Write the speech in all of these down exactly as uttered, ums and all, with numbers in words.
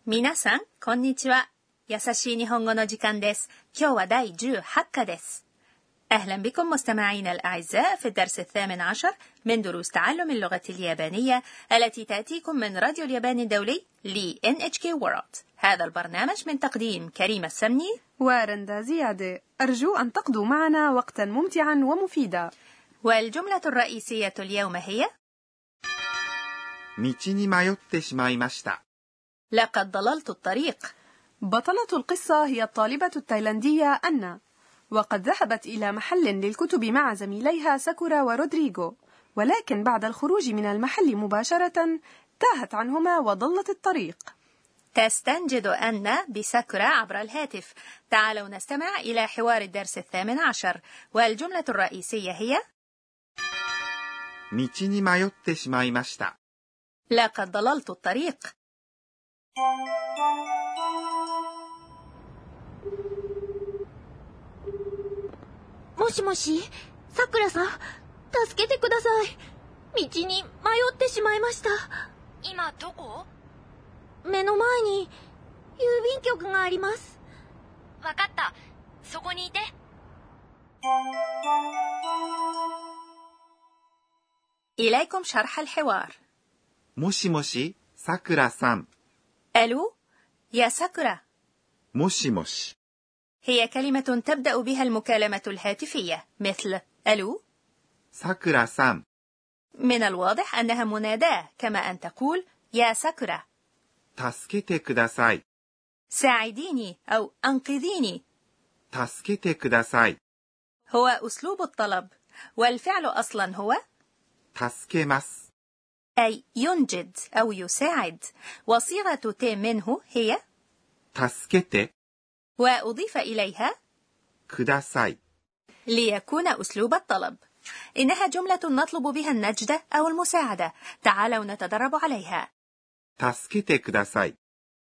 皆さん、こんにちは。優しい日本語の時間です。今日は第じゅうはち課です。أهلا بكم مستمعينا الأعزاء في الدرس الثامن عشر من دروس تعلم اللغة اليابانية التي تأتيكم من راديو اليابان الدولي ل إن إتش كي World. هذا البرنامج من تقديم كريمة السمني ورندا زيادة. أرجو أن تقضوا معنا وقتا ممتعا ومفيدا. والجملة الرئيسية اليوم هي 道に迷ってしまいました。 لقد ضللت الطريق. بطلة القصة هي الطالبة التايلاندية أنا، وقد ذهبت إلى محل للكتب مع زميليها ساكورا ورودريغو، ولكن بعد الخروج من المحل مباشرة تاهت عنهما وضلت الطريق. تستنجد أن بساكورا عبر الهاتف. تعالوا نستمع إلى حوار الدرس الثامن عشر، والجملة الرئيسية هي 道に迷ってしまいました。 لقد ضللت الطريق. もしもし、さくらさん、助けてください。道に迷ってしまいました。 今どこ？ 目の前に郵便局があります。 わかった。そこにいて。 إليكم شرح الحوار. もしもし、さくらさん。 ألو يا ساكورا. もしもし هي كلمة تبدأ بها المكالمة الهاتفية مثل ألو. さくらさん من الواضح أنها مناداة كما أن تقول يا ساكورا. 助けてください。 ساعديني أو أنقذيني. 助けてください。 هو أسلوب الطلب، والفعل أصلا هو 助けます。 أي ينجد أو يساعد، وصيغة ت منه هي 助けて وأضيف إليها ください。 ليكون أسلوب الطلب. إنها جملة نطلب بها النجدة أو المساعدة. تعالوا نتدرب عليها. 助けてください。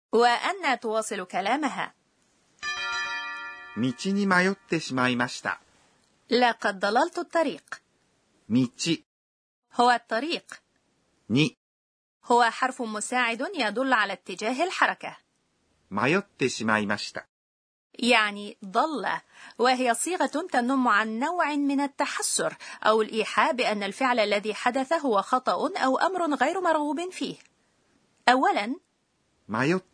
وأن تواصل كلامها. 道に迷ってしまいました。 لقد ضللت الطريق. 道 هو الطريق. に هو حرف مساعد يدل على اتجاه الحركة. 迷ってしまいました。 يعني ضل، وهي صيغة تنم عن نوع من التحسر أو الإيحاء بأن الفعل الذي حدث هو خطأ أو أمر غير مرغوب فيه. أولا 迷って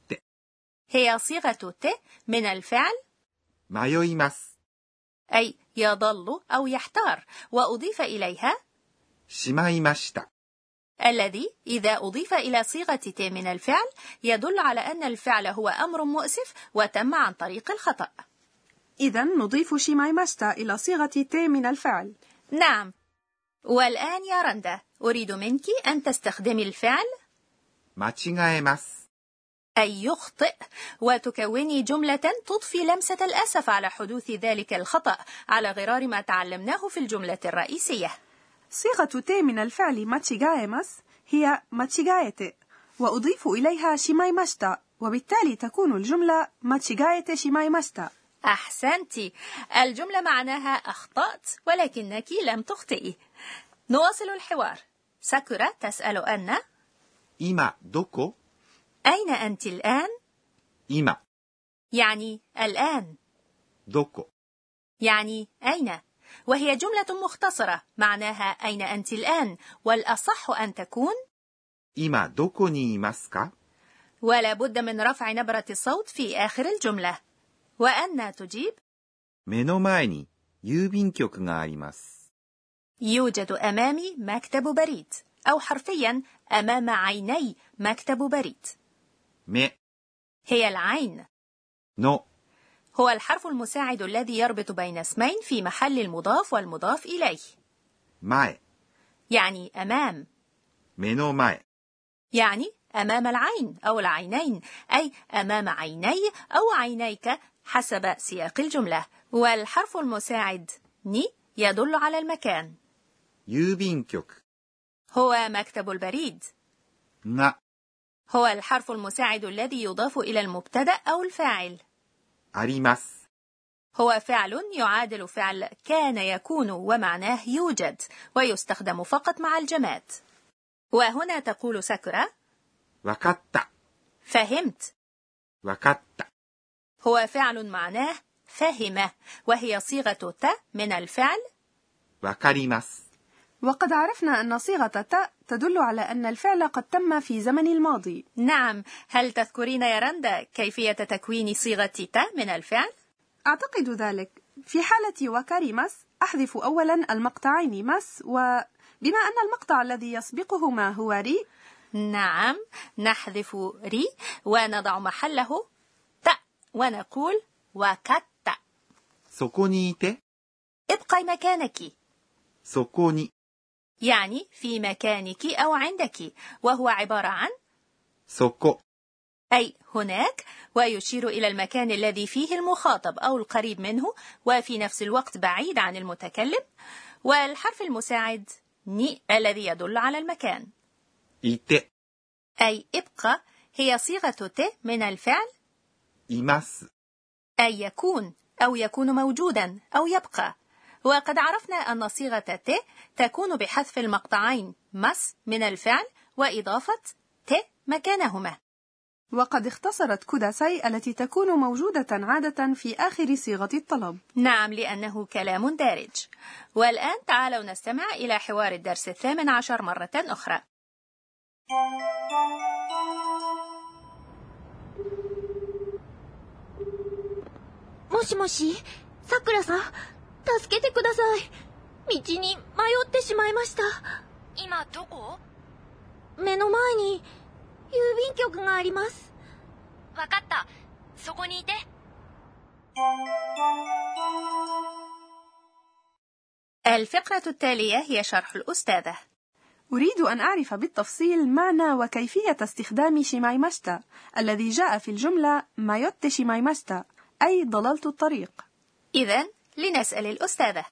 هي صيغة ت من الفعل 迷います。 أي يضل أو يحتار، وأضيف إليها しまいました。 الذي إذا أضيف إلى صيغة ت من الفعل يدل على أن الفعل هو أمر مؤسف وتم عن طريق الخطأ. إذا نضيف شيمايماشتا إلى صيغة ت من الفعل. نعم. والآن يا رندا، أريد منك أن تستخدمي الفعل 間違えます。 أي يخطئ، وتكوني جملة تضفي لمسة الأسف على حدوث ذلك الخطأ على غرار ما تعلمناه في الجملة الرئيسية. صيغة ت من الفعل ماتشيغايماس هي ماتشيغايتي، وأضيف إليها شيمايماشتا، وبالتالي تكون الجملة ماتشيغايتي شيمايماشتا. أحسنتي. الجملة معناها أخطأت ولكنك لم تخطئي. نواصل الحوار. ساكورا تسأل أن 今どこ أين أنت الآن؟ 今 يعني الآن. どこ يعني أين، وهي جملة مختصرة معناها أين أنت الآن، والأصح أن تكون 今どこにいますか ولا بد من رفع نبرة الصوت في آخر الجملة. وأن تجيب 目の前に郵便局があります。 يوجد أمامي مكتب بريد، أو حرفيا أمام عيني مكتب بريد. 目 هي العين. の هو الحرف المساعد الذي يربط بين اسمين في محل المضاف والمضاف إليه. 前 يعني أمام. 目の前 يعني أمام العين أو العينين، أي أمام عيني أو عينيك حسب سياق الجملة. والحرف المساعد ني يدل على المكان. 郵便局 هو مكتب البريد. が هو الحرف المساعد الذي يضاف إلى المبتدأ أو الفاعل. あります هو فعل يعادل فعل كان يكون ومعناه يوجد، ويستخدم فقط مع الجماد. وهنا تقول ساكورا わかった فهمت. わかった هو فعل معناه فهم، وهي صيغة ت من الفعل わかります وقد عرفنا أن صيغة ت تدل على أن الفعل قد تم في زمن الماضي. نعم، هل تذكرين يا رندا كيفية تكوين صيغة ت من الفعل؟ أعتقد ذلك. في حالة وكاريماس أحذف أولا المقطعين مس، وبما أن المقطع الذي يسبقهما هو ري، نعم، نحذف ري ونضع محله ت ونقول وكت. そこにいて ابقي مكانك، そこに يعني في مكانك أو عندك، وهو عبارة عن そこ أي هناك، ويشير إلى المكان الذي فيه المخاطب أو القريب منه، وفي نفس الوقت بعيد عن المتكلم. والحرف المساعد ني الذي يدل على المكان. いて أي ابقى هي صيغة ت من الفعل います أي يكون أو يكون موجودا أو يبقى. وقد عرفنا أن صيغة ت تكون بحذف المقطعين مس من الفعل وإضافة ت مكانهما. وقد اختصرت كوداساي التي تكون موجودة عادة في آخر صيغة الطلب. نعم، لأنه كلام دارج. والآن تعالوا نستمع إلى حوار الدرس الثامن عشر مرة أخرى. もしもし、さくらさん、助けてください。道に迷ってしまいました。 今どこ？ 目の前に郵便局があります。 わかった。そこにいて。 الفقرة التالية هي شرح الأستاذة. أريد أن أعرف بالتفصيل معنى وكيفية استخدام شيمايماشتا الذي جاء في الجملة مايوت شيمايماشتا، أي ضللت الطريق. إذن لنسأل الأستاذة.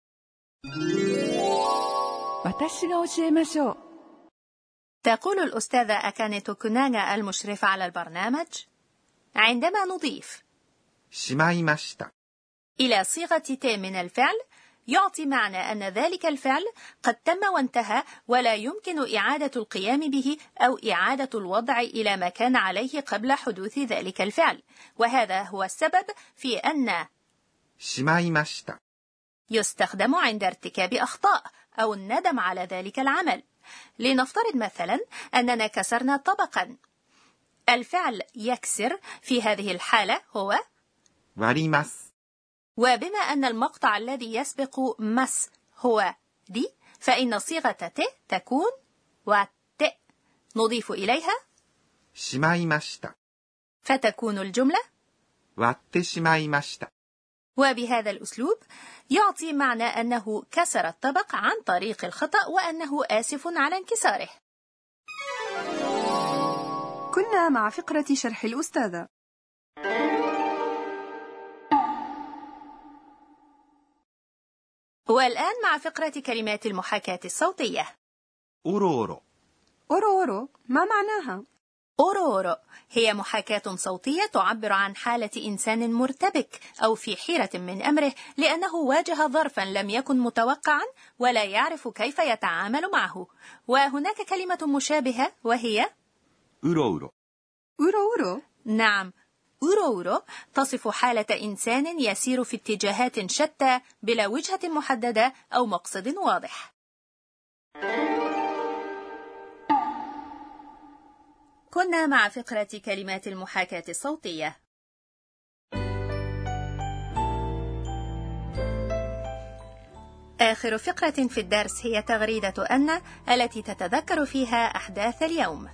تقول الأستاذة أكاني توكوناغا المشرفة على البرنامج: عندما نضيف しまいました إلى صيغة ت من الفعل يعطي معنى أن ذلك الفعل قد تم وانتهى ولا يمكن إعادة القيام به أو إعادة الوضع إلى ما كان عليه قبل حدوث ذلك الفعل. وهذا هو السبب في أن しまいました يستخدم عند ارتكاب أخطاء أو الندم على ذلك العمل. لنفترض مثلا أننا كسرنا طبقا. الفعل يكسر في هذه الحالة هو 割ります وبما أن المقطع الذي يسبق مس هو دي، فإن صيغة ت تكون وات، نضيف إليها しまいました فتكون الجملة 割ってしまいました وبهذا الأسلوب يعطي معنى أنه كسر الطبق عن طريق الخطأ وأنه آسف على انكساره. كنا مع فقرة شرح الأستاذة. والآن مع فقرة كلمات المحاكاة الصوتية. おろおろ أورو أورو ما معناها؟ أورورو هي محاكاة صوتية تعبر عن حالة إنسان مرتبك أو في حيرة من أمره لأنه واجه ظرفا لم يكن متوقعا ولا يعرف كيف يتعامل معه. وهناك كلمة مشابهة وهي うろうろ أورو أورو. نعم، أورورو تصف حالة إنسان يسير في اتجاهات شتى بلا وجهة محددة أو مقصد واضح. كنا مع فقرة كلمات المحاكاة الصوتية. آخر فقرة في الدرس هي تغريدة أن التي تتذكر فيها أحداث اليوم.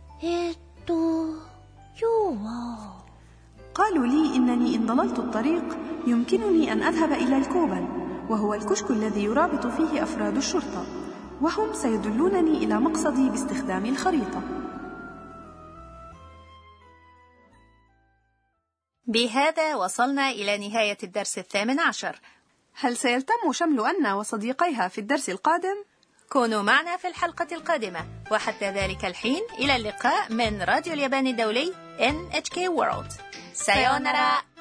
قالوا لي إنني إن ضللت الطريق يمكنني أن أذهب إلى الكوبن، وهو الكشك الذي يرابط فيه أفراد الشرطة، وهم سيدلونني إلى مقصدي باستخدام الخريطة. بهذا وصلنا إلى نهاية الدرس الثامن عشر. هل سيتم شمل أن وصديقيها في الدرس القادم؟ كونوا معنا في الحلقة القادمة، وحتى ذلك الحين إلى اللقاء من راديو اليابان الدولي إن إتش كي World. سايونارا.